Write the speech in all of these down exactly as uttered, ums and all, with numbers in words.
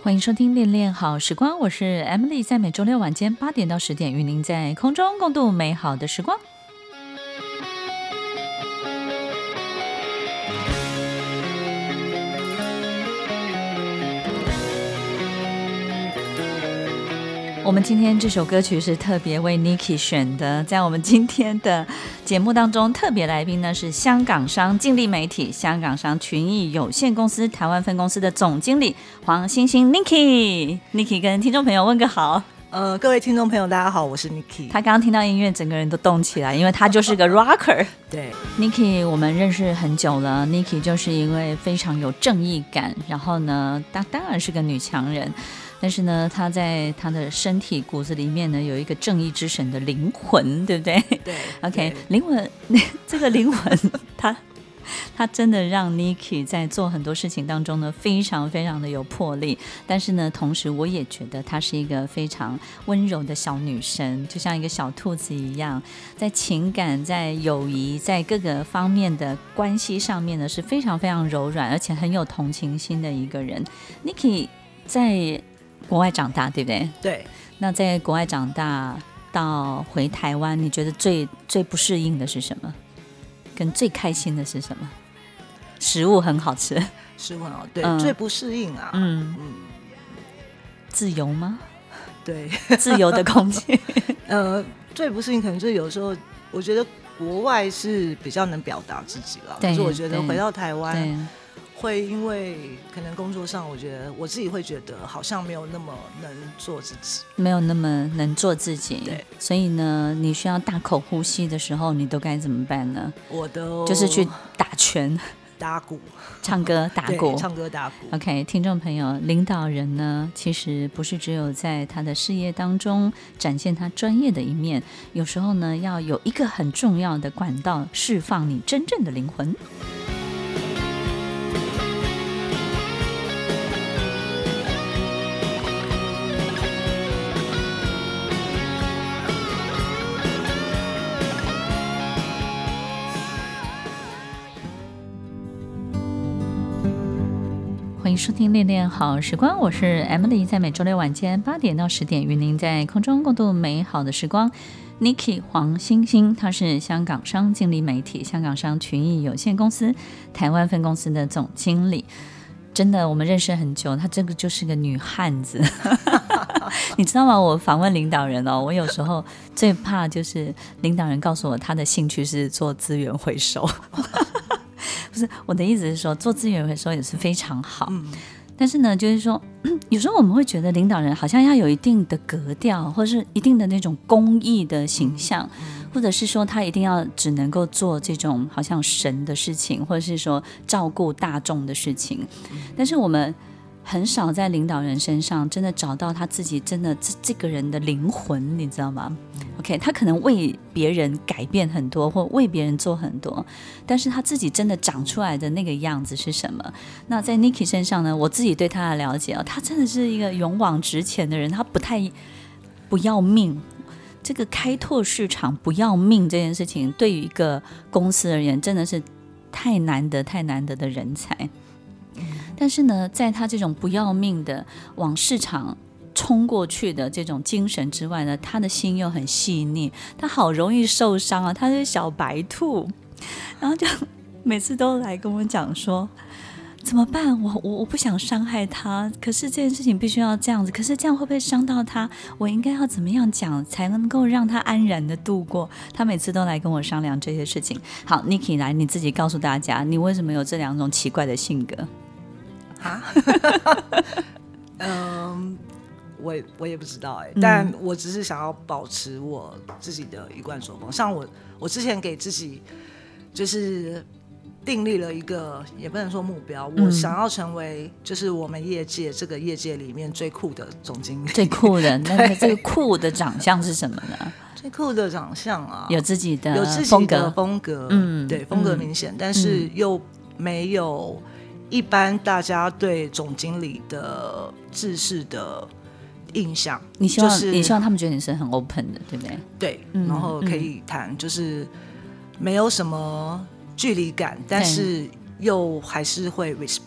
欢迎收听恋恋好时光，我是 Emily， 在每周六晚间八点到十点与您在空中共度美好的时光。我们今天这首歌曲是特别为 Niki 选的，在我们今天的节目当中，特别来宾呢是香港商净利媒体香港商群益有限公司台湾分公司的总经理黄星星 Niki。 Niki 跟听众朋友问个好。 呃，各位听众朋友大家好，我是 Niki。 他刚刚听到音乐整个人都动起来，因为他就是个 rocker。 对， Niki 我们认识很久了， Niki 就是一位非常有正义感，然后呢当当然是个女强人，但是呢她在她的身体骨子里面呢有一个正义之神的灵魂，对不对？ 对 OK， 灵魂这个灵魂她他真的让 Niki 在做很多事情当中呢非常非常的有魄力，但是呢同时我也觉得她是一个非常温柔的小女生，就像一个小兔子一样，在情感在友谊在各个方面的关系上面呢是非常非常柔软而且很有同情心的一个人。 Niki 在国外长大对不对？ 对。 那在国外长大到回台湾，你觉得最最不适应的是什么？跟最开心的是什么？食物很好吃， 食物很好，对、 嗯、 最不适应啊， 嗯嗯， 自由吗？ 对， 自由的空气。 呃，最不适应可能就是有时候，我觉得国外是比较能表达自己了，可是我觉得回到台湾，会因为可能工作上，我觉得我自己会觉得好像没有那么能做自己， 没有那么能做自己。 对， 所以呢，你需要大口呼吸的时候，你都该怎么办呢？ 我都就是去打拳、 打鼓、 唱歌、打鼓、 唱歌、打鼓。 OK， 听众朋友，领导人呢，其实不是只有在他的事业当中展现他专业的一面，有时候呢，要有一个很重要的管道，释放你真正的灵魂。欢迎收听恋恋好时光，我是 Emily， 在每周六晚间八点到十点与您在空中共度美好的时光。 Niki 黄星星，她是香港商净利媒体香港商群益有限公司台湾分公司的总经理。真的我们认识很久，她这个就是个女汉子。你知道吗？我访问领导人哦，我有时候最怕就是领导人告诉我他的兴趣是做资源回收。不是，我的意思是说做资源回收也是非常好、嗯、但是呢就是说有时候我们会觉得领导人好像要有一定的格调，或是一定的那种公益的形象、嗯、或者是说他一定要只能够做这种好像神的事情，或者是说照顾大众的事情、嗯、但是我们很少在领导人身上真的找到他自己真的 这, 这个人的灵魂，你知道吗、嗯、OK， 他可能为别人改变很多或为别人做很多，但是他自己真的长出来的那个样子是什么？那在 Niki 身上呢，我自己对他的了解、哦、他真的是一个勇往直前的人，他不太不要命。这个开拓市场不要命这件事情对于一个公司而言真的是太难得太难得的人才。但是呢，在他这种不要命的往市场冲过去的这种精神之外呢，他的心又很细腻，他好容易受伤啊，他是小白兔，然后就每次都来跟我讲说怎么办，我我我不想伤害他，可是这件事情必须要这样子，可是这样会不会伤到他，我应该要怎么样讲才能够让他安然的度过，他每次都来跟我商量这些事情。好 Niki 来，你自己告诉大家你为什么有这两种奇怪的性格啊？嗯，我我也不知道哎、欸嗯，但我只是想要保持我自己的一贯作风。像我，我之前给自己就是订立了一个，也不能说目标，嗯、我想要成为就是我们业界这个业界里面最酷的总经理。最酷的，那这个酷的长相是什么呢？ 最酷的长相啊， 有自己的有自己的风格， 嗯， 对，风格明显、嗯，但是又没有一般大家对总经理的制式的印象。 你希望、 就是、 你希望他们觉得你是很 open 的，对不对？ 对，嗯、然后可以谈、嗯，就是没有什么距离感，但是又还是会 respect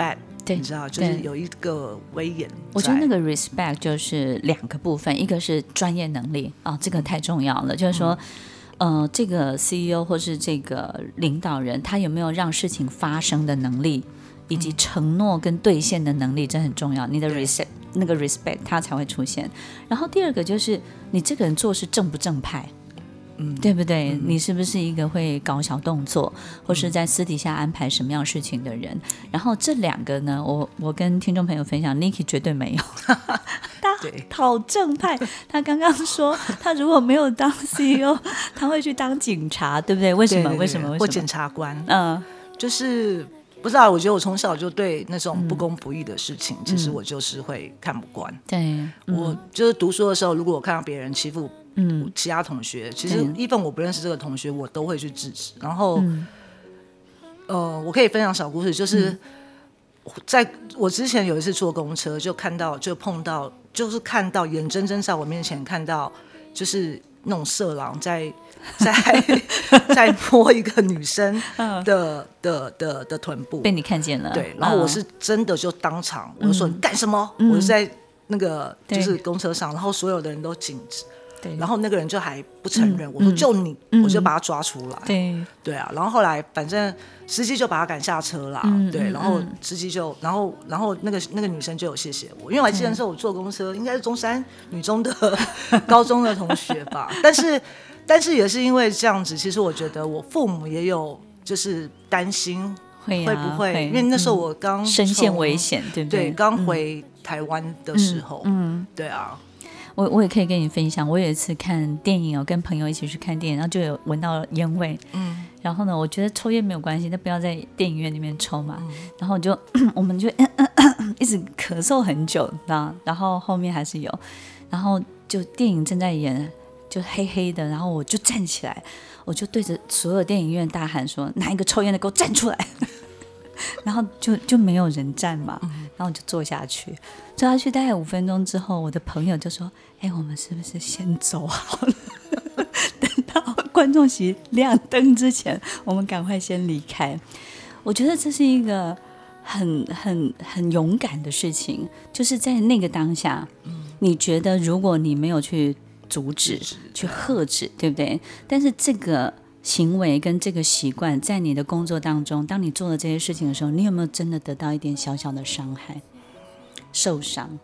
你知道，就是有一个威严。 我觉得那个 respect 就是两个部分，一个是专业能力啊、哦，这个太重要了，就是说。嗯呃，这个 C E O 或是这个领导人，他有没有让事情发生的能力，以及承诺跟兑现的能力，这很重要。你的 respect 那个 respect 他才会出现。然后第二个就是你这个人做事正不正派，嗯，对不对？嗯、你是不是一个会搞小动作，或是在私底下安排什么样事情的人？嗯、然后这两个呢，我我跟听众朋友分享 ，Niki 绝对没有。他好正派，他刚刚说他如果没有当 C E O 他会去当警察，对不对？为什么？ 对对对， 为什么？ 或检察官？ 嗯， 就是不知道，我觉得我从小就对那种不公不义的事情，嗯、其实我就是会看不惯。 对、嗯， 我就是读书的时候，如果我看到别人欺负嗯其他同学，其实一份我不认识这个同学，我都会去制止。然后，嗯、呃，我可以分享小故事，就是。嗯在我之前有一次坐公车，就看到就碰到，就是看到眼睁睁在我面前看到，就是那种色狼在在在摸一个女生的的的 的, 的臀部， 被你看见了。 对，然后我是真的就当场，嗯、我就说你干什么？嗯、我就在那个就是公车上，然后所有的人都静止。对，然后那个人就还不承认，嗯、我说就你，嗯、我就把他抓出来。对，对啊，然后后来反正司机就把他赶下车啦。嗯、对，然后司机就，然后然后那个那个女生就有谢谢我，因为我还记得是我坐公车，应该是中山女中的高中的同学吧。但是但是也是因为这样子，其实我觉得我父母也有就是担心会不会，会因为那时候我刚身陷危险，对不对？ 对，刚回台湾的时候，嗯，嗯对啊。 我, 我也可以跟你分享，我有一次看电影哦，跟朋友一起去看电影，然后就有闻到烟味，嗯，然后呢，我觉得抽烟没有关系，但不要在电影院里面抽嘛，嗯、然后我就我们就一直咳嗽很久，然后后面还是有，然后就电影正在演，就黑黑的，然后我就站起来，我就对着所有电影院大喊说：“哪一个抽烟的给我站出来！”然后就就没有人站嘛，然后我就坐下去，坐下去大概五分钟之后，我的朋友就说：“哎，我们是不是先走好了？等到观众席亮灯之前，我们赶快先离开。”我觉得这是一个很很很勇敢的事情，就是在那个当下，你觉得如果你没有去阻止、去喝止，对不对？但是这个行为跟这个习惯在你的工作当中，当你做了这些事情的时候，你有没有真的得到一点小小的伤害、受伤？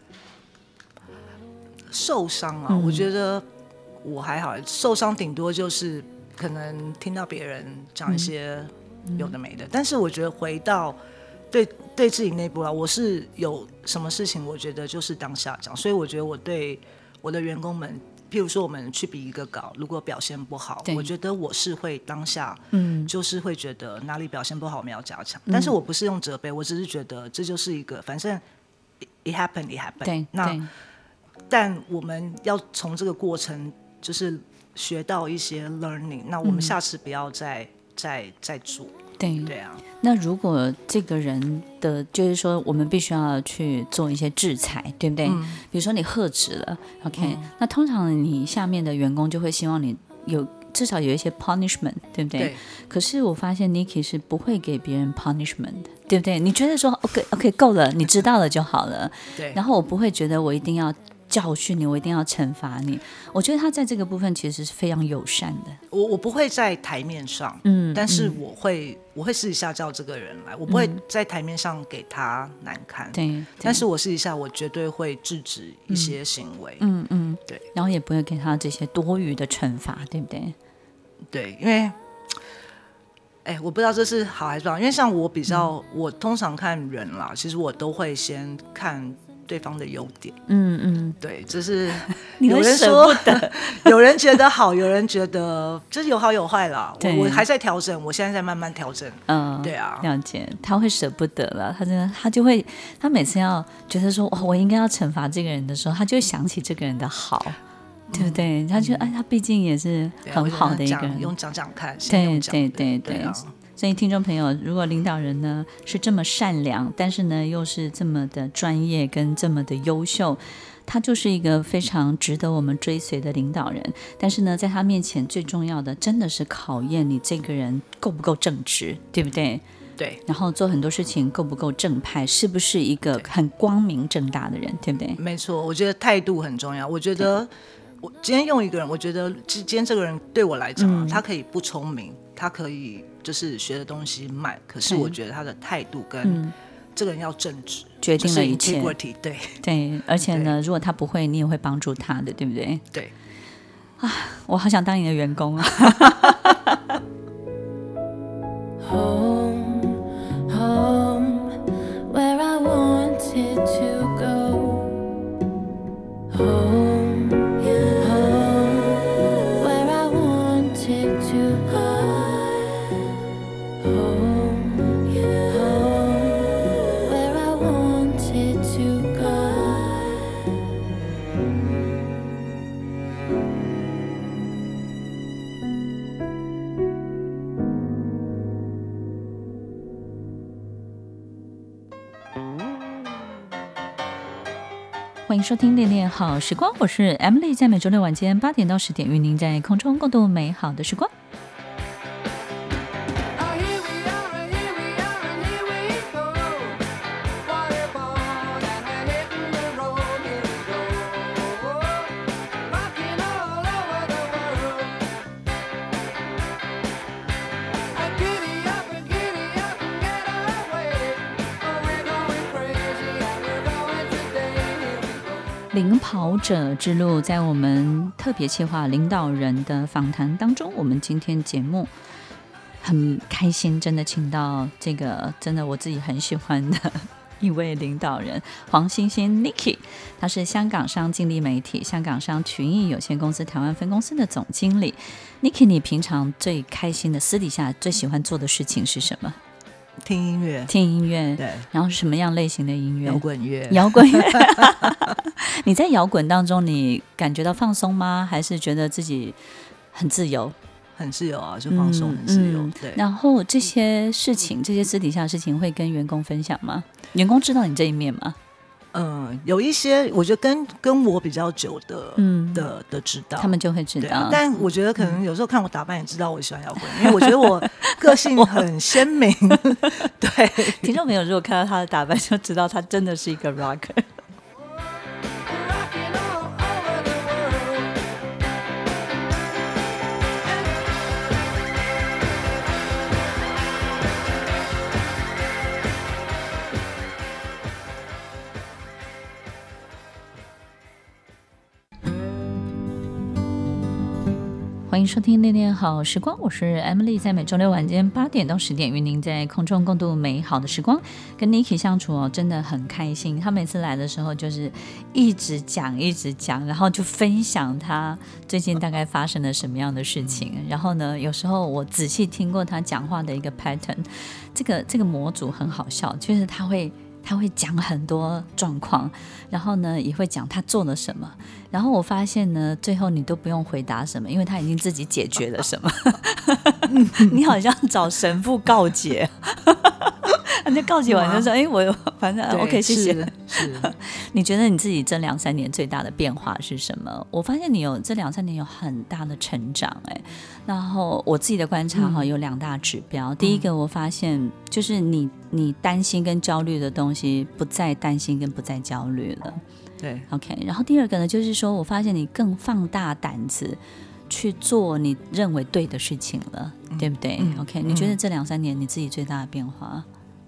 受伤啊、嗯、我觉得我还好，受伤顶多就是可能听到别人讲一些有的没的、嗯、但是我觉得回到对对自己内部啦，我是有什么事情我觉得就是当下讲，所以我觉得我对我的员工们，譬如说我们去比一个稿，如果表现不好，我觉得我是会当下，嗯，就是会觉得哪里表现不好我们要加强、嗯、但是我不是用责备，我只是觉得这就是一个反正 it happened it happened， 对， 那对， 但我们要从这个过程就是学到一些 learning， 那我们下次不要再、嗯、再再做。对对啊， 那如果这个人的就是说我们必须要去做一些制裁，对不对、嗯、比如说你喝止了 OK、嗯、那通常你下面的员工就会希望你有至少有一些 punishment， 对不对？对，可是我发现 Niki 是不会给别人 punishment， 对不对？你觉得说 OK OK 够了，你知道了就好了对，然后我不会觉得我一定要教训你，我一定要惩罚你。我觉得他在这个部分其实是非常友善的。 我我不会在台面上，嗯，但是我会、嗯、我会私底下叫这个人来，我不会在台面上给他难看，对、嗯，但是我私底下我绝对会制止一些行为，嗯 嗯, 嗯，对， 然后也不会给他这些多余的惩罚，对不对？ 对，因为。哎，我不知道这是好还是不好，因为像我比较、嗯，我通常看人啦，其实我都会先看对方的优点。嗯嗯，对，就是有人说有人觉得好，有人觉得就是有好有坏啦。我我还在调整，我现在在慢慢调整。嗯，对啊， 了解。他会舍不得了，他真的，他就会，他每次要觉得说，哇，我应该要惩罚这个人的时候，他就会想起这个人的好。对不对？他就哎，他毕竟也是很好的一个人， 用讲讲看， 对对对对。对啊，所以听众朋友，如果领导人呢是这么善良，但是呢又是这么的专业跟这么的优秀，他就是一个非常值得我们追随的领导人。但是呢，在他面前最重要的真的是考验你这个人够不够正直，对不对？ 对， 然后做很多事情够不够正派，是不是一个很光明正大的人，对不对？ 没错，我觉得态度很重要。我觉得我今天用一个人，我觉得今天这个人对我来讲、啊嗯、他可以不聪明，他可以就是学的东西慢，可是我觉得他的态度跟这个人要正直， 决定了一切。 就是、对对，而且呢，如果他不会，你也会帮助他的，对不对？ 对。 啊，我好想当你的员工啊 ！Home, home, where I wanted to go. Home, home, where I wanted to go. Home, home, where I wanted to go. 欢迎收听恋恋好时光，我是 Emily， 在每周六晚间八点到十点，与您在空中共度美好的时光。领跑者之路，在我们特别企划领导人的访谈当中，我们今天节目很开心，真的请到这个真的我自己很喜欢的一位领导人黄星星 Nicky， 他是香港商尽力媒体香港商群益有限公司台湾分公司的总经理。 Nicky， 你平常最开心的私底下最喜欢做的事情是什么？ 听音乐。 听音乐， 对。 然后什么样类型的音乐？ 摇滚乐。 摇滚乐你在摇滚当中你感觉到放松吗？还是觉得自己很自由？ 很自由啊，就放松，很自由、嗯嗯、对。 然后这些事情这些私底下的事情会跟员工分享吗？员工知道你这一面吗？ 嗯，有一些我觉得跟跟我比较久的、嗯、的的知道， 他们就会知道。 但我觉得可能有时候看我打扮也知道我喜欢摇滚、嗯、因为我觉得我个性很鲜明对， 听众朋友如果看到他的打扮就知道他真的是一个 rocker。欢迎收听恋恋好时光，我是 Emily， 在每周六晚间八点到十点，与您在空中共度美好的时光。跟 Nicky 相处哦，真的很开心。他每次来的时候，就是一直讲，一直讲，然后就分享他最近大概发生了什么样的事情。然后呢，有时候我仔细听过他讲话的一个 pattern， 这个这个模组很好笑，就是他会。他会讲很多状况，然后呢也会讲他做了什么，然后我发现呢最后你都不用回答什么，因为他已经自己解决了什么你好像找神父告解他就告解完就说哎，我反正 OK 谢谢。 是是你觉得你自己这两三年最大的变化是什么？我发现你有这两三年有很大的成长哎。然后我自己的观察哈、嗯、有两大指标，第一个我发现就是你你担心跟焦虑的东西不再担心跟不再焦虑了， 对 OK。 然后第二个呢就是说我发现你更放大胆子去做你认为对的事情了、嗯、对不对、嗯、OK、嗯、你觉得这两三年你自己最大的变化？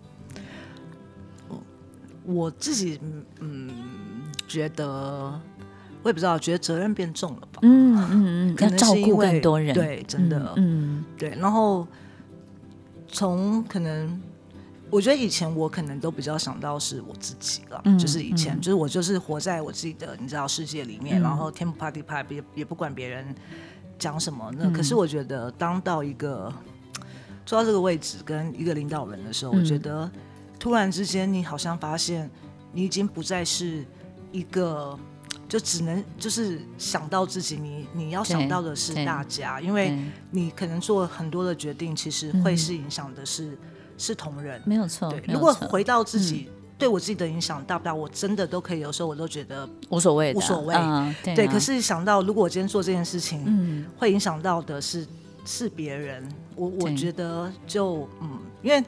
我自己嗯觉得我也不知道，觉得责任变重了吧？ 嗯嗯嗯，要照顾更多人， 对，真的，嗯，嗯对。然后从可能，我觉得以前我可能都比较想到是我自己了，嗯、就是以前、嗯、就是我就是活在我自己的你知道世界里面，嗯、然后天不怕地不怕，也也不管别人讲什么。那、嗯、可是我觉得，当到一个做到这个位置跟一个领导人的时候，嗯、我觉得突然之间你好像发现，你已经不再是一个。就只能就是想到自己，你你要想到的是大家，因为你可能做很多的决定，其实会是影响的是、嗯、是同仁， 没有错。 如果回到自己、嗯、对我自己的影响大不大，我真的都可以，有时候我都觉得无所谓的， 无所谓。 嗯、对, 对，可是想到如果我今天做这件事情，嗯、会影响到的是是别人，我我觉得就嗯，因为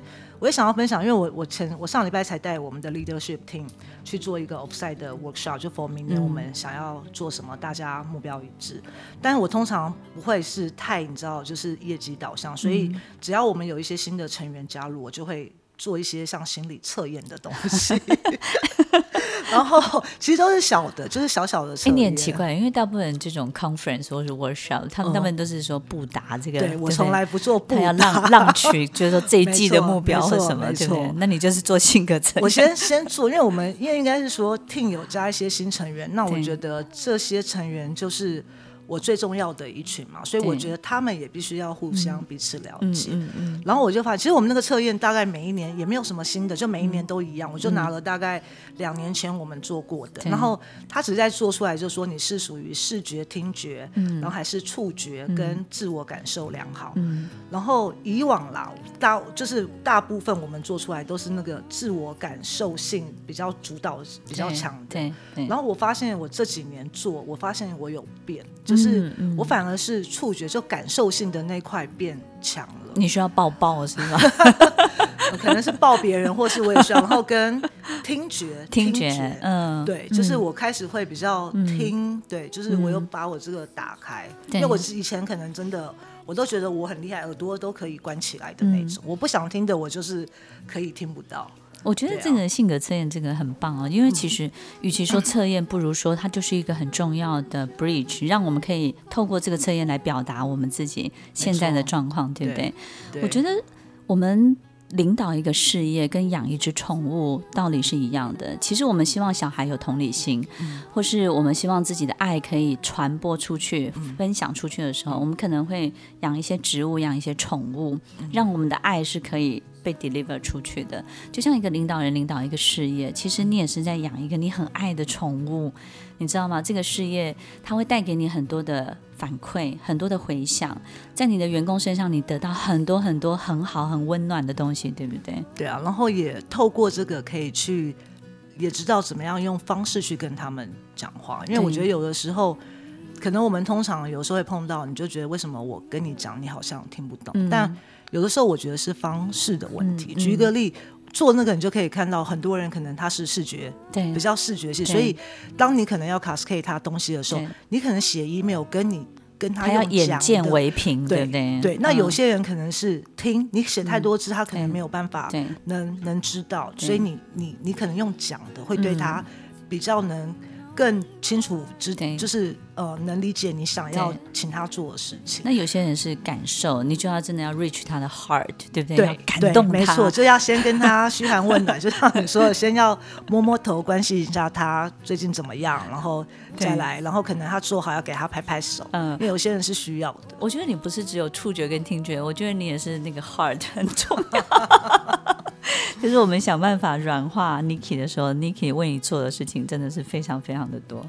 我也想要分享，因为我我前我上礼拜才带我们的 leadership team 去做一个 offsite 的 workshop， 就 for 明年我们想要做什么，大家目标一致。但是我通常不会是太你知道，就是业绩导向，所以只要我们有一些新的成员加入，我就会做一些像心理测验的东西。然后其实都是小的，就是小小的测验。 欸、你很奇怪，因为大部分这种 conference 或是 workshop， 他们他们都是说布达这个， 对我从来不做布达， 他要浪浪取，就是说这一季的目标或什么，对不对？那你就是做性格测验。 我先先做，因为我们因为应该是说 team 有加一些新成员，那我觉得这些成员就是我最重要的一群嘛，所以我觉得他们也必须要互相彼此了解。嗯嗯嗯、然后我就发现，其实我们那个测验大概每一年也没有什么新的，就每一年都一样。嗯、我就拿了大概两年前我们做过的，然后他只是在做出来，就说你是属于视觉、听觉，嗯、然后还是触觉跟自我感受良好。嗯、然后以往啦，大就是大部分我们做出来都是那个自我感受性比较主导、比较强的。 对对。 然后我发现我这几年做，我发现我有变。就是我反而是触觉就感受性的那块变强了。 你需要抱抱是吗？ 可能是抱别人，或是我也需要。然后跟听觉， 听觉，听觉嗯， 对，就是我开始会比较听，嗯、对，就是我又把我这个打开，嗯、因为我以前可能真的。我都觉得我很厉害，耳朵都可以关起来的那种。嗯、我不想听的，我就是可以听不到。 我觉得这个性格测验这个很棒哦，因为其实与其说测验，不如说它就是一个很重要的 bridge， 让我们可以透过这个测验来表达我们自己现在的状况，对不对？对，我觉得我们领导一个事业跟养一只宠物道理是一样的。其实我们希望小孩有同理心，嗯、或是我们希望自己的爱可以传播出去、嗯、分享出去的时候，我们可能会养一些植物，养一些宠物，嗯、让我们的爱是可以被 deliver 出去的。就像一个领导人领导一个事业，其实你也是在养一个你很爱的宠物，你知道吗？这个事业它会带给你很多的反馈，很多的回响，在你的员工身上你得到很多很多很好很温暖的东西，对不对？ 对啊，然后也透过这个可以去也知道怎么样用方式去跟他们讲话，因为我觉得有的时候可能我们通常有时候会碰到，你就觉得为什么我跟你讲你好像听不懂，嗯、但有的时候我觉得是方式的问题。嗯、举一个例，做那个你就可以看到很多人可能他是视觉，对，比较视觉系，所以当你可能要 cascade 他东西的时候，你可能写 email 跟你跟他用讲的， 他要眼见为凭，对不对？ 对，那有些人可能是听，你写太多字，他可能没有办法能能知道，所以你你你可能用讲的会对他比较能更清楚知，就是呃能理解你想要请他做的事情。 那有些人是感受，你就要真的要 reach 他的 heart， 对不对？ 对， 要感动他， 没错，就要先跟他嘘寒问暖，就像你说的，先要摸摸头，关心一下他最近怎么样，然后再来，然后可能他做好要给他拍拍手，嗯，因为有些人是需要的。 我觉得你不是只有触觉跟听觉，我觉得你也是那个 heart 很重要。就是我们想办法软化 Niki 的时候， Niki 为你做的事情真的是非常非常的多。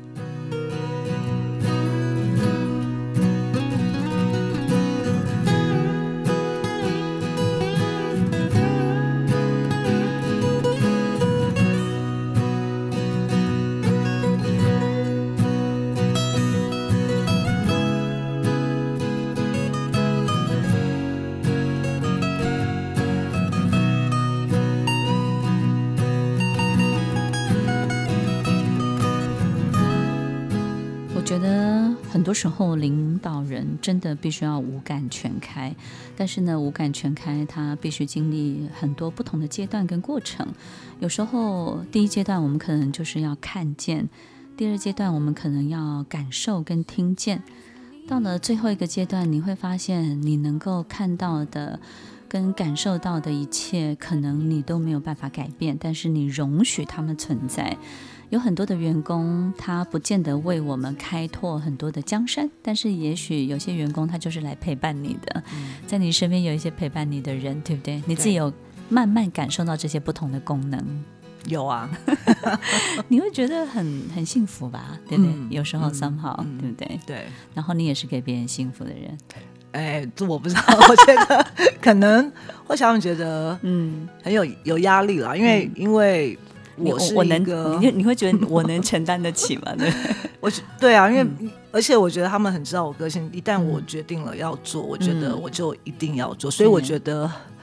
我觉得很多时候领导人真的必须要五感全开，但是呢，五感全开他必须经历很多不同的阶段跟过程。有时候第一阶段我们可能就是要看见，第二阶段我们可能要感受跟听见，到了最后一个阶段，你会发现你能够看到的跟感受到的一切，可能你都没有办法改变，但是你容许他们存在。有很多的员工他不见得为我们开拓很多的江山，但是也许有些员工他就是来陪伴你的，嗯、在你身边有一些陪伴你的人，对不对？你自己有慢慢感受到这些不同的功能。 有啊。 你会觉得很很幸福吧，对不对？嗯、有时候 somehow、嗯、对不对？ 对。 然后你也是给别人幸福的人。 哎，这我不知道，我觉得可能会想觉得嗯很有有压力啦，因为、嗯、因为我是一个， 你你会觉得我能承担得起吗？对， 我对啊，因为、嗯、而且我觉得他们很知道我个性，一旦我决定了要做，嗯、我觉得我就一定要做，所以我觉得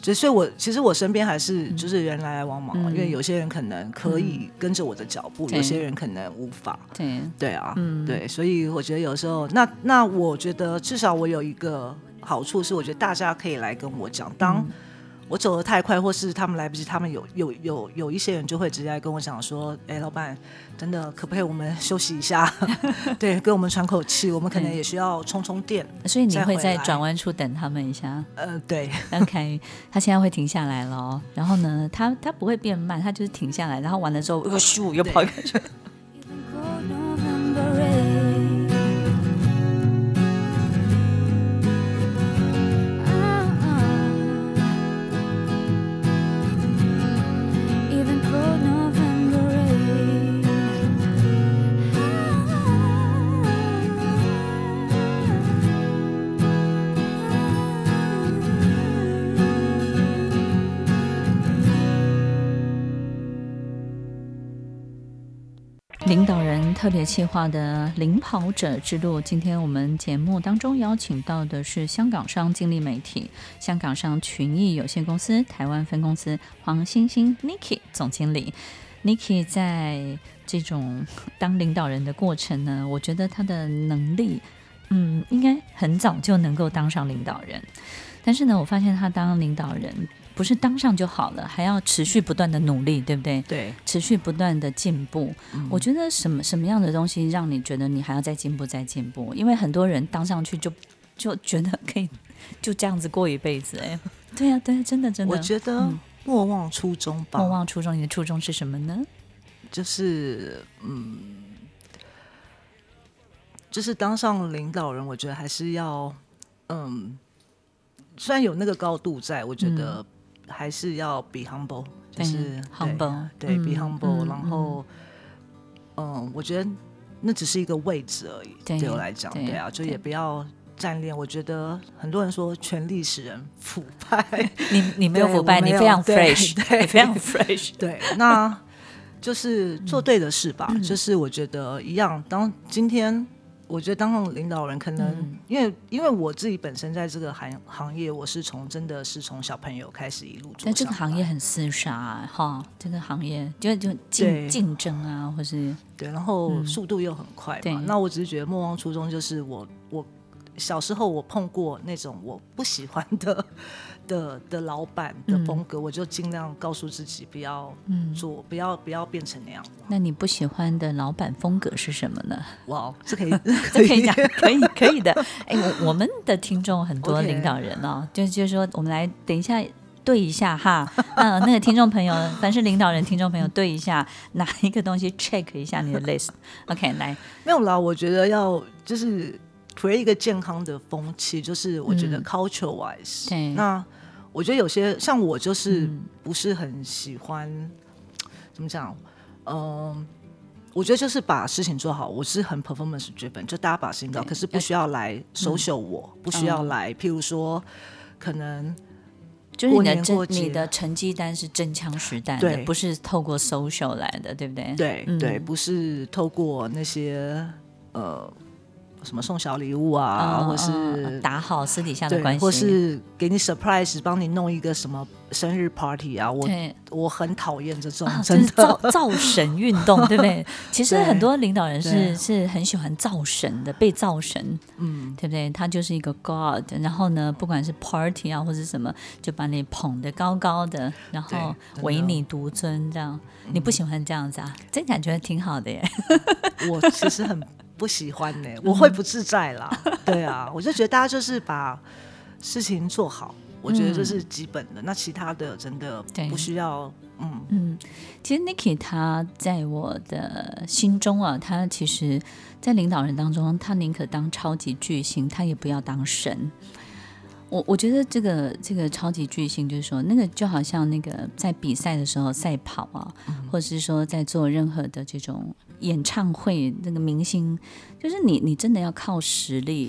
就所以我其实我身边还是就是人来来往往、 嗯、 因为有些人可能可以跟着我的脚步、嗯、有些人可能无法。 对对啊、 嗯、 对，所以我觉得有时候那那我觉得至少我有一个好处是，我觉得大家可以来跟我讲，当、嗯我走得太快，或是他们来不及，他们有有有有一些人就会直接来跟我讲说：“哎，老板，真的可不可以我们休息一下？对，给我们喘口气，我们可能也需要充充电。” 所以你会在转弯处等他们一下？ 呃，对。 OK， 他现在会停下来了、哦，然后呢，他他不会变慢，他就是停下来，然后完了之后又咻又跑过去。领导人特别企划的领跑者之路，今天我们节目当中邀请到的是香港商经理媒体香港商群益有限公司台湾分公司黄欣欣 Niki 总经理。 Niki 在这种当领导人的过程呢，我觉得他的能力嗯，应该很早就能够当上领导人，但是呢，我发现他当领导人不是当上就好了，还要持续不断的努力，对不对？ 对， 持续不断的进步、嗯、我觉得什么什么样的东西让你觉得你还要再进步再进步？因为很多人当上去就就觉得可以就这样子过一辈子。哎，对啊对啊，真的真的， 我觉得莫忘初衷吧、嗯、 莫忘初衷。你的初衷是什么呢？ 就是嗯就是当上领导人，我觉得还是要嗯虽然有那个高度在，我觉得、嗯还是要 be humble， 就是 humble， 对, 对、嗯、be humble、嗯、然后 嗯, 嗯，我觉得那只是一个位置而已， 对, 对我来讲， 对, 对啊，就也不要占练。我觉得很多人说权力使人腐败， 你你没有腐败，你非常 fresh， 对, 对你非常 fresh， 对，那就是做对的事吧、嗯、就是我觉得一样，当今天我觉得当上领导人可能、嗯、因为因为我自己本身在这个 行, 行业我是从真的是从小朋友开始一路做， 但这个行业很厮杀啊，哈，这个行业就就竞竞争啊，或是对，然后速度又很快嘛、嗯、那我只是觉得莫忘初衷，就是我我小时候我碰过那种我不喜欢的的, 的老板的风格、嗯、我就尽量告诉自己不要做、嗯、不要不要变成那样。 那你不喜欢的老板风格是什么呢？ 哇，这可以这可以讲，可以可以的。哎，我我们的听众很多领导人哦， okay. 就就是说我们来等一下对一下哈，嗯，那个听众朋友，凡是领导人听众朋友对一下哪一个东西 check 一下你的 list。 OK， 来， 没有啦，我觉得要就是create一个健康的风气，就是我觉得 culture wise、嗯、对，那我觉得有些像我就是不是很喜欢、嗯、怎么讲，嗯、呃，我觉得就是把事情做好，我是很 performance driven， 就大家把事情做好，可是不需要来social我、嗯、不需要来、嗯、譬如说可能就是你的你的成绩单是真枪实弹的，不是透过 social 来的，对不对？ 对、嗯、对，不是透过那些呃什么送小礼物啊、嗯、或是打好私底下的关系， 或是给你 surprise 帮你弄一个什么生日 party 啊，我我很讨厌这种、啊、真的造造神运动对不对？其实很多领导人是是很喜欢造神的，被造神，嗯，对不对？他就是一个 god， 然后呢不管是 party 啊或是什么，就把你捧得高高的，然后唯你独尊这样。你不喜欢这样子啊？这感觉挺好的耶。 我其实很不喜欢呢、欸，我会不自在啦。嗯、对啊，我就觉得大家就是把事情做好，我觉得这是基本的。嗯、那其他的真的不需要。嗯嗯，其实 Niki 他在我的心中啊，他其实在领导人当中，他宁可当超级巨星，他也不要当神。我我觉得这个这个超级巨星，就是说那个就好像那个在比赛的时候赛跑啊，嗯、或者是说在做任何的这种演唱会，那个明星，就是你你真的要靠实力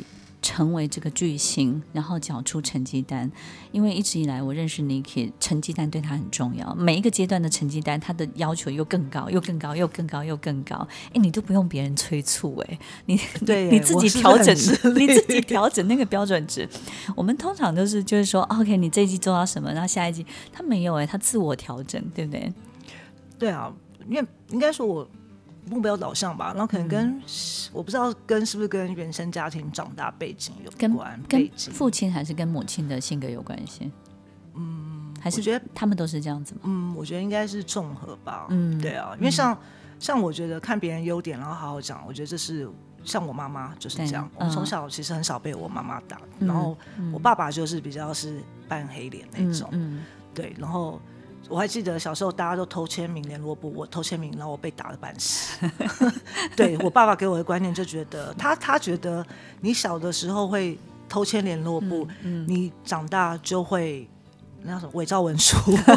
成为这个巨星，然后缴出成绩单。因为一直以来我认识 Niki， 成绩单对他很重要，每一个阶段的成绩单他的要求又更高又更高又更高又更高，哎，你都不用别人催促，哎，你对你自己调整你自己调整那个标准值。我们通常都是就是说 OK 你这一季做到什么，然后下一季他没有，哎，他自我调整，对不对？ 对啊，因为应该说我目标导向吧，然后可能跟、嗯、我不知道跟是不是跟原生家庭长大背景有关， 跟跟父亲还是跟母亲的性格有关系？嗯，还是觉得他们都是这样子吗？ 嗯，我觉得应该是综合吧。嗯，对啊，因为像、嗯、像我觉得看别人优点然后好好讲，我觉得这是像我妈妈就是这样，我从小其实很少被我妈妈打、嗯、然后我爸爸就是比较是扮黑脸那种、嗯嗯、对，然后我还记得小时候大家都偷签名联络簿，我偷签名然后我被打了半死对，我爸爸给我的观念就觉得他他觉得你小的时候会偷签联络簿、嗯嗯、你长大就会那什么伪造文书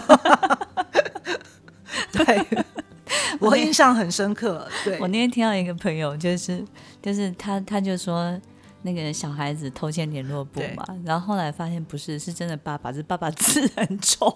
对，我印象很深刻。对， 我那天听到一个朋友就是就是他他就说那个小孩子偷签联络簿嘛，然后后来发现不是，是真的爸爸，是爸爸字很丑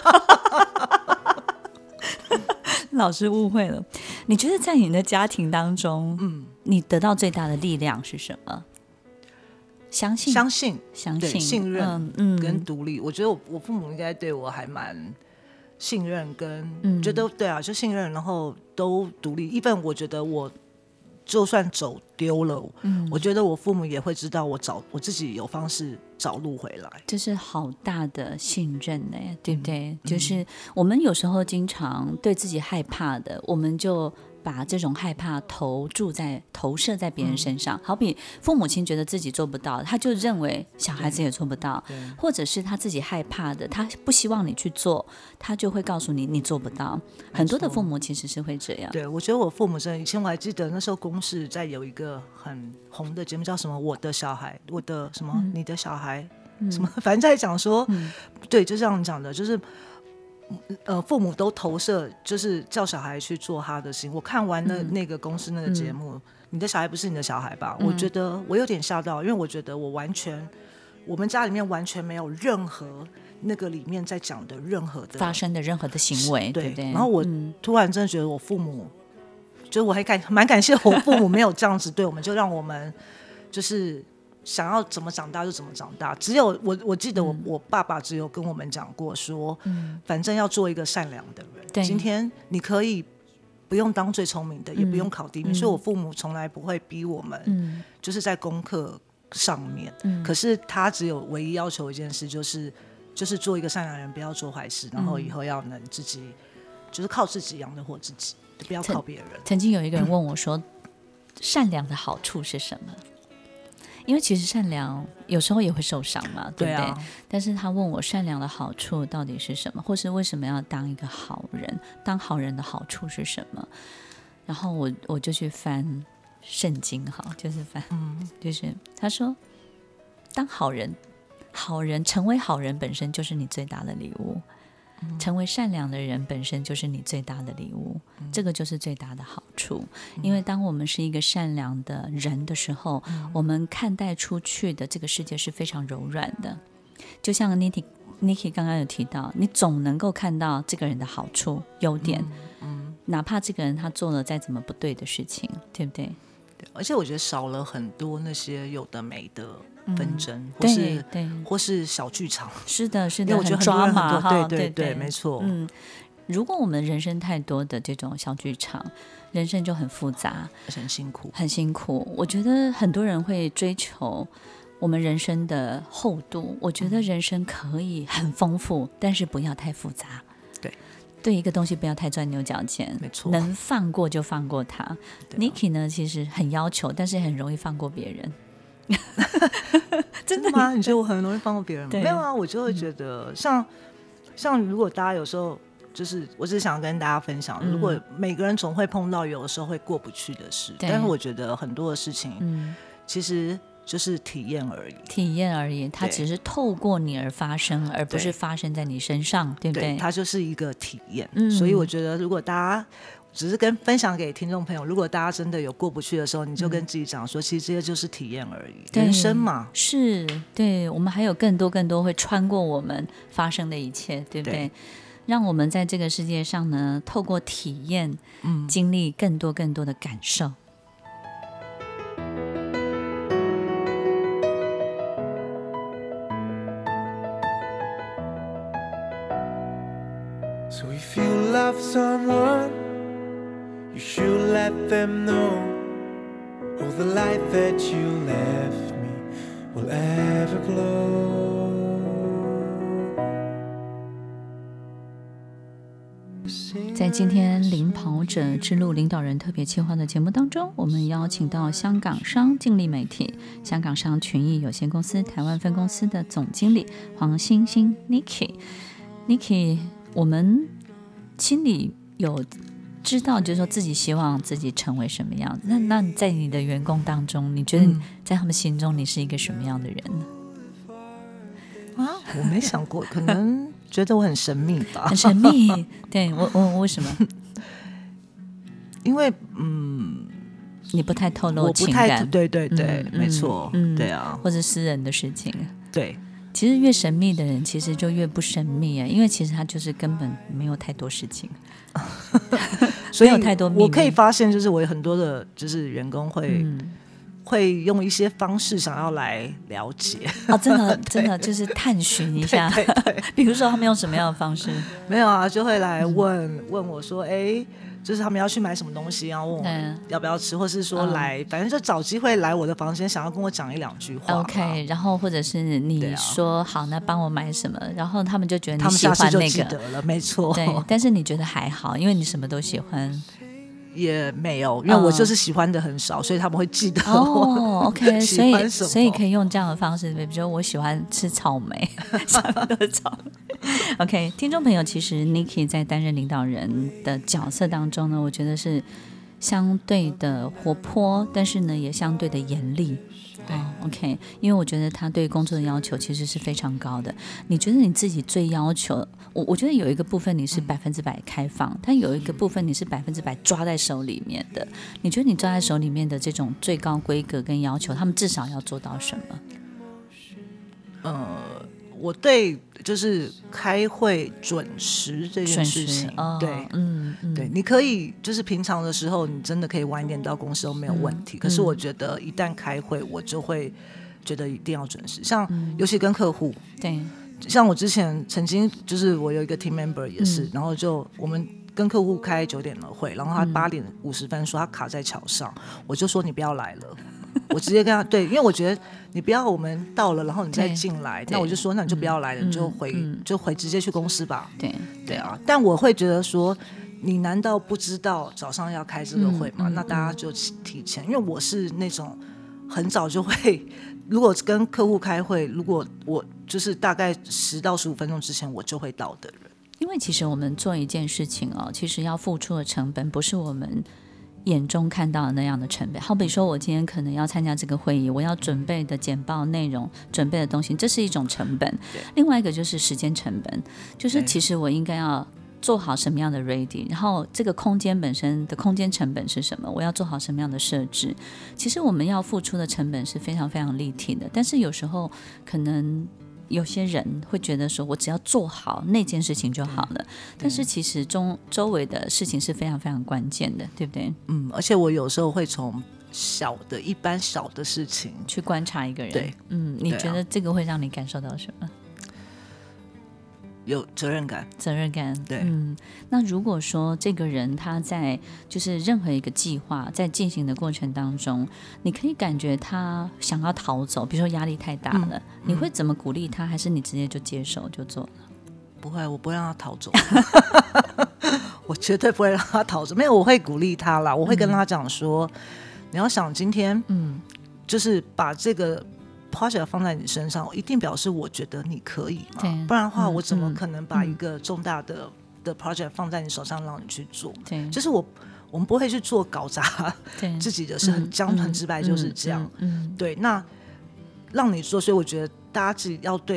老师误会了。你觉得在你的家庭当中、嗯、你得到最大的力量是什么？相信相信相信信任、嗯、跟独立、嗯、我觉得 我, 我父母应该对我还蛮信任跟、嗯、觉得对啊，就信任然后都独立。even我觉得我就算走丢了、嗯、我觉得我父母也会知道我找我自己有方式找路回来。 这是好大的信任耶，对不对、嗯、就是我们有时候经常对自己害怕的，我们就把这种害怕投注在投射在别人身上、嗯、好比父母亲觉得自己做不到，他就认为小孩子也做不到，或者是他自己害怕的，他不希望你去做，他就会告诉你你做不到。很多的父母其实是会这样。 对，我觉得我父母真的，以前我还记得那时候公视在有一个很红的节目叫什么我的小孩我的什么、嗯、你的小孩、嗯、什么反正在讲说、嗯、对，就这样讲的，就是呃，父母都投射，就是叫小孩去做他的事情。我看完那、嗯、那个公司那个节目、嗯，你的小孩不是你的小孩吧？嗯、我觉得我有点吓到，因为我觉得我完全，我们家里面完全没有任何那个里面在讲的任何的发生的任何的行为，对不对？ 然后我突然真的觉得我父母，嗯、就是我还感蛮感谢我父母没有这样子对我们，就让我们就是。想要怎么长大就怎么长大，只有 我, 我记得 我,、嗯、我爸爸只有跟我们讲过说、嗯、反正要做一个善良的人，今天你可以不用当最聪明的、嗯、也不用考第一名、嗯、所以我父母从来不会逼我们、嗯、就是在功课上面、嗯、可是他只有唯一要求一件事，就是就是做一个善良的人，不要做坏事，然后以后要能自己、嗯、就是靠自己养得活自己，不要靠别人。 曾经有一个人问我说、嗯、善良的好处是什么？因为其实善良有时候也会受伤嘛，对不对？对啊、但是他问我善良的好处到底是什么，或是为什么要当一个好人，当好人的好处是什么？然后我我就去翻圣经，哈，就是翻、嗯、就是他说当好人好人成为好人本身就是你最大的礼物，嗯、成为善良的人本身就是你最大的礼物、嗯、这个就是最大的好处、嗯、因为当我们是一个善良的人的时候、嗯、我们看待出去的这个世界是非常柔软的，就像 Niki, Niki 刚刚有提到，你总能够看到这个人的好处优点、嗯嗯、哪怕这个人他做了再怎么不对的事情，对不对？ 对，而且我觉得少了很多那些有的没的纷争、嗯、或是对对或是小剧场， 是的是的， 因为我觉得很抓马， 对对 对, 对, 对没错。 嗯，如果我们人生太多的这种小剧场，人生就很复杂， 很辛苦很辛苦。我觉得很多人会追求我们人生的厚度，我觉得人生可以很丰富、嗯、但是不要太复杂，对对，一个东西不要太钻牛角尖， 没错， 能放过就放过它。 Niki 呢其实很要求，但是很容易放过别人真的吗？你觉得我很容易放过别人吗？没有啊，我就会觉得、嗯、像像如果大家有时候就是我只是想跟大家分享、嗯、如果每个人总会碰到有的时候会过不去的事，但是我觉得很多的事情、嗯、其实就是体验而已， 体验而已，它只是透过你而发生，而不是发生在你身上， 对, 对不对？ 它就是一个体验、嗯、所以我觉得如果大家只是跟分享给听众朋友，如果大家真的有过不去的时候，你就跟自己讲说，其实这些就是体验而已，人生嘛。 是，对，我们还有更多更多会穿过我们发生的一切，对不对？对，让我们在这个世界上呢，透过体验，嗯，经历更多更多的感受。 So if you love someone, you should let them know all the light that you left me will ever glow. 在今天领跑者之路领导人特别企划的节目当中，我们邀请到香港商净利媒体香港商群益有限公司台湾分公司的总经理黄欣欣 Niki。Niki， 我们心里有知道，就是说自己希望自己成为什么样子。那那在你的员工当中，你觉得在他们心中你是一个什么样的人呢？ 啊，我没想过，可能觉得我很神秘吧。 很神秘，对我我为什么？ 因为嗯， 你不太透露我不情感， 太对对对，嗯、没错、嗯，对啊， 或者私人的事情， 对。 其实越神秘的人，其实就越不神秘啊，因为其实他就是根本没有太多事情， 所以没有太多秘密。 我可以发现，就是我有很多的，就是员工会、嗯、会用一些方式想要来了解。 哦，真的真的就是探寻一下， 对对对比如说他们用什么样的方式？ 没有啊，就会来问、嗯、问我说，哎。就是他们要去买什么东西，然后问我要不要吃，或是说来、嗯，反正就找机会来我的房间，想要跟我讲一两句话。 OK， 然后或者是你说、啊、好，那帮我买什么，然后他们就觉得你喜欢那个，他们下次就记得了，没错。 对，但是你觉得还好，因为你什么都喜欢。 也没有，因为我就是喜欢的很少、嗯，所以他们会记得我。 哦 ，OK， 所以所以可以用这样的方式，比如说我喜欢吃草莓，上面都是草莓。OK， 听众朋友，其实 Niki 在担任领导人的角色当中呢，我觉得是相对的活泼，但是呢也相对的严厉。 对、 哦、OK， 因为我觉得他对工作的要求其实是非常高的。你觉得你自己最要求，我我觉得有一个部分你是百分之百开放、嗯、但有一个部分你是百分之百抓在手里面的。你觉得你抓在手里面的这种最高规格跟要求，他们至少要做到什么？ 呃，我对就是开会准时这件事情，哦、对，嗯，嗯对，你可以就是平常的时候，你真的可以晚一点到公司都没有问题。嗯、可是我觉得一旦开会，我就会觉得一定要准时，像、嗯、尤其跟客户， 对， 像我之前曾经就是我有一个 team member 也是，嗯、然后就我们跟客户开九点的会，然后他八点五十分说他卡在桥上，嗯、我就说你不要来了。我直接跟他对，因为我觉得你不要我们到了，然后你再进来，那我就说那你就不要来了，嗯、你就回、嗯、就回直接去公司吧。 对对啊，但我会觉得说，你难道不知道早上要开这个会吗？嗯、那大家就提前，因为我是那种很早就会，如果跟客户开会，如果我就是大概十到十五分钟之前我就会到的人。 因为其实我们做一件事情哦，其实要付出的成本不是我们眼中看到的那样的成本。好比说我今天可能要参加这个会议，我要准备的简报内容，准备的东西，这是一种成本。另外一个就是时间成本，就是其实我应该要做好什么样的 ready， 然后这个空间本身的空间成本是什么，我要做好什么样的设置。其实我们要付出的成本是非常非常立体的，但是有时候可能有些人会觉得说我只要做好那件事情就好了，但是其实中周围的事情是非常非常关键的，对不对？ 嗯，而且我有时候会从小的一般小的事情去观察一个人。 对， 嗯，你觉得这个会让你感受到什么？ 有责任感， 责任感， 对， 嗯。那如果说这个人他在就是任何一个计划在进行的过程当中，你可以感觉他想要逃走，比如说压力太大了，嗯、你会怎么鼓励他？还是你直接就接受就做了？ 不会，我不会让他逃走，我绝对不会让他逃走。没有，我会鼓励他啦，我会跟他讲说，嗯、你要想今天，嗯，就是把这个project 放在你身上，一定表示我觉得你可以嘛，不然的话我怎么可能把一个重大的、嗯、的 project 放在你手上让你去做？对，就是我我们不会去做搞砸自己的事，很讲很直白就是这样。嗯嗯嗯、对，那让你做，所以我觉得大家自己要对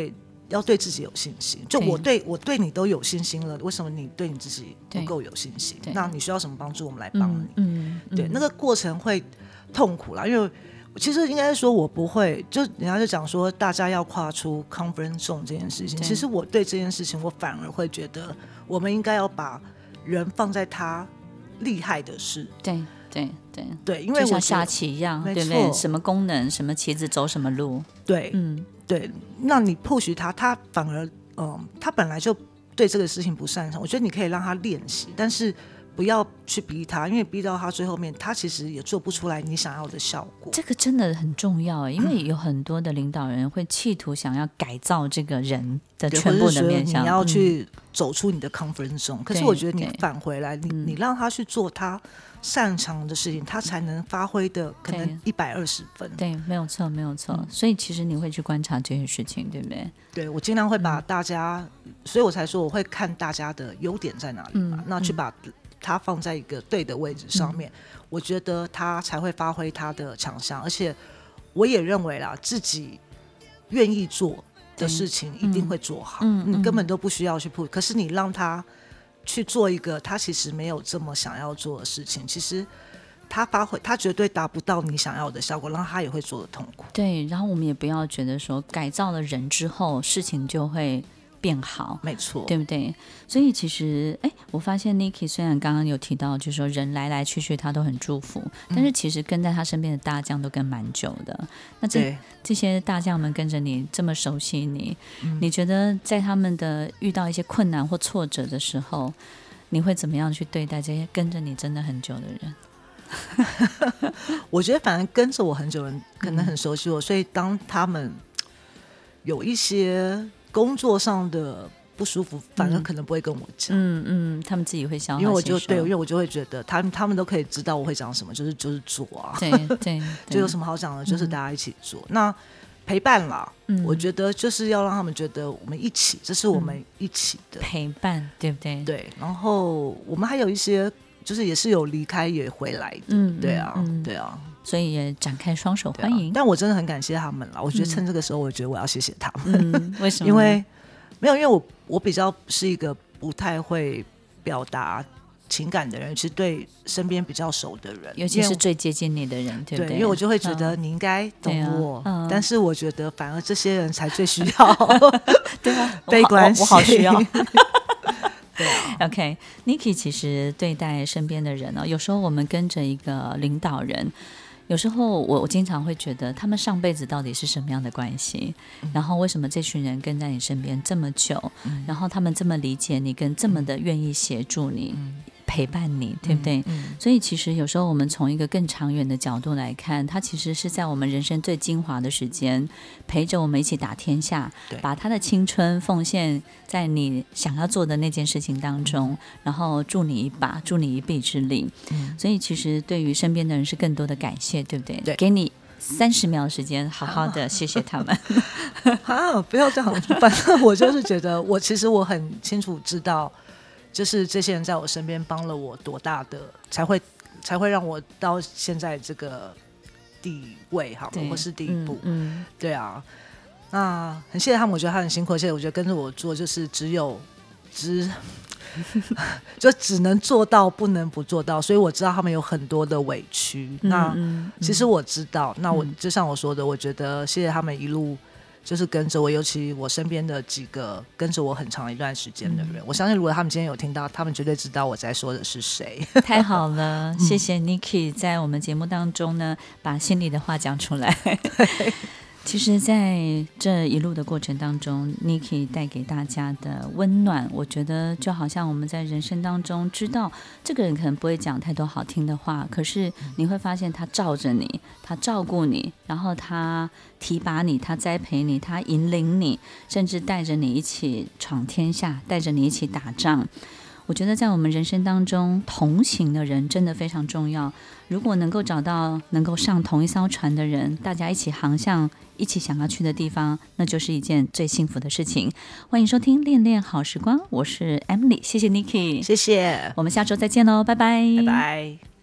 要对自己有信心。就我对我对你都有信心了，为什么你对你自己不够有信心？那你需要什么帮助，我们来帮你。嗯嗯、对，那个过程会痛苦啦，因为其实应该说我不会，就人家就讲说大家要跨出 comfort zone 这件事情。其实我对这件事情，我反而会觉得，我们应该要把人放在他厉害的事。 对。对对对，因为就像下棋一样，对不对？什么功能，什么棋子走什么路， 对，嗯，对。那你 push 他，他反而，嗯，他本来就对这个事情不擅长。我觉得你可以让他练习，但是不要去逼他，因为逼到他最后面，他其实也做不出来你想要的效果。 这个真的很重要，因为有很多的领导人会企图想要改造这个人的全部的面向， 你要去走出你的 comfort zone、嗯。可是我觉得你返回来，你你让他去做他擅长的事情，他才能发挥的可能一百二十分。 对，没有错，没有错、嗯。所以其实你会去观察这些事情，对不对？ 对，我尽量会把大家，嗯、所以我才说我会看大家的优点在哪里嘛，嗯、那去把他放在一个对的位置上面、嗯，我觉得他才会发挥他的强项。而且我也认为啦，自己愿意做的事情一定会做好，嗯、你根本都不需要去 push。可是你让他去做一个他其实没有这么想要做的事情，其实他发挥他绝对达不到你想要的效果，让他也会做得痛苦。 对，然后我们也不要觉得说改造了人之后事情就会变好， 没错， 对不对？所以其实哎，我发现 Niki 虽然刚刚有提到就是说人来来去去他都很祝福、嗯、但是其实跟在他身边的大将都跟蛮久的。那这这些大将们跟着你这么熟悉你、嗯、你觉得在他们的遇到一些困难或挫折的时候，你会怎么样去对待这些跟着你真的很久的人？ 我觉得反正跟着我很久的人可能很熟悉我、嗯、所以当他们有一些工作上的不舒服，反而可能不会跟我讲。 嗯嗯，他们自己会消化吸收。 因为我就对，因为我就会觉得他们他们都可以知道我会讲什么，就是就是做啊。 对对， 就有什么好讲的，就是大家一起做。嗯、那陪伴啦、嗯，我觉得就是要让他们觉得我们一起，这是我们一起的、 嗯、陪伴，对不对？ 对。然后我们还有一些，就是也是有离开也回来的，嗯，对啊，嗯、对啊。 所以也展开双手欢迎、 啊、但我真的很感谢他们啦。我觉得趁这个时候我觉得我要谢谢他们、 嗯、为什么？ 因为没有因为我我比较是一个不太会表达情感的人，其实对身边比较熟的人， 尤其是最接近你的人，对不对？ 对，因为我就会觉得你应该懂我、嗯啊嗯、但是我觉得反而这些人才最需要对啊， 被关心， 我好需要对啊 OK Niki 其实对待身边的人、哦、有时候我们跟着一个领导人，有时候我我经常会觉得他们上辈子到底是什么样的关系、嗯、然后为什么这群人跟在你身边这么久、嗯、然后他们这么理解你，跟这么的愿意协助你、嗯、陪伴你，对不对、嗯嗯、所以其实有时候我们从一个更长远的角度来看，他其实是在我们人生最精华的时间陪着我们一起打天下，把他的青春奉献在你想要做的那件事情当中、嗯、然后助你一把，助你一臂之力、嗯、所以其实对于身边的人是更多的感谢，对不对？ 对， 给你三十秒的时间好好的谢谢他们啊，不要这样反正我就是觉得我其实我很清楚知道，就是这些人在我身边帮了我多大的，才会才会让我到现在这个地位好了，或是第一步、嗯嗯、对啊，那很谢谢他们，我觉得他很辛苦，而且我觉得跟着我做就是只有只就只能做到不能不做到，所以我知道他们有很多的委屈、嗯、那、嗯、其实我知道、嗯、那我就像我说的，我觉得谢谢他们一路就是跟着我，尤其我身边的几个跟着我很长一段时间的人、嗯、我相信如果他们今天有听到，他们绝对知道我在说的是谁。 太好了谢谢 Niki 在我们节目当中呢把心里的话讲出来其实在这一路的过程当中 Niki 带给大家的温暖，我觉得就好像我们在人生当中知道这个人可能不会讲太多好听的话，可是你会发现他罩着你，他照顾你，然后他提拔你，他栽培你，他引领你，甚至带着你一起闯天下，带着你一起打仗。我觉得在我们人生当中同行的人真的非常重要，如果能够找到能够上同一艘船的人，大家一起航向一起想要去的地方，那就是一件最幸福的事情。欢迎收听恋恋好时光，我是 Emily， 谢谢 Niki， 谢谢， 我们下周再见喽，拜拜， 拜拜。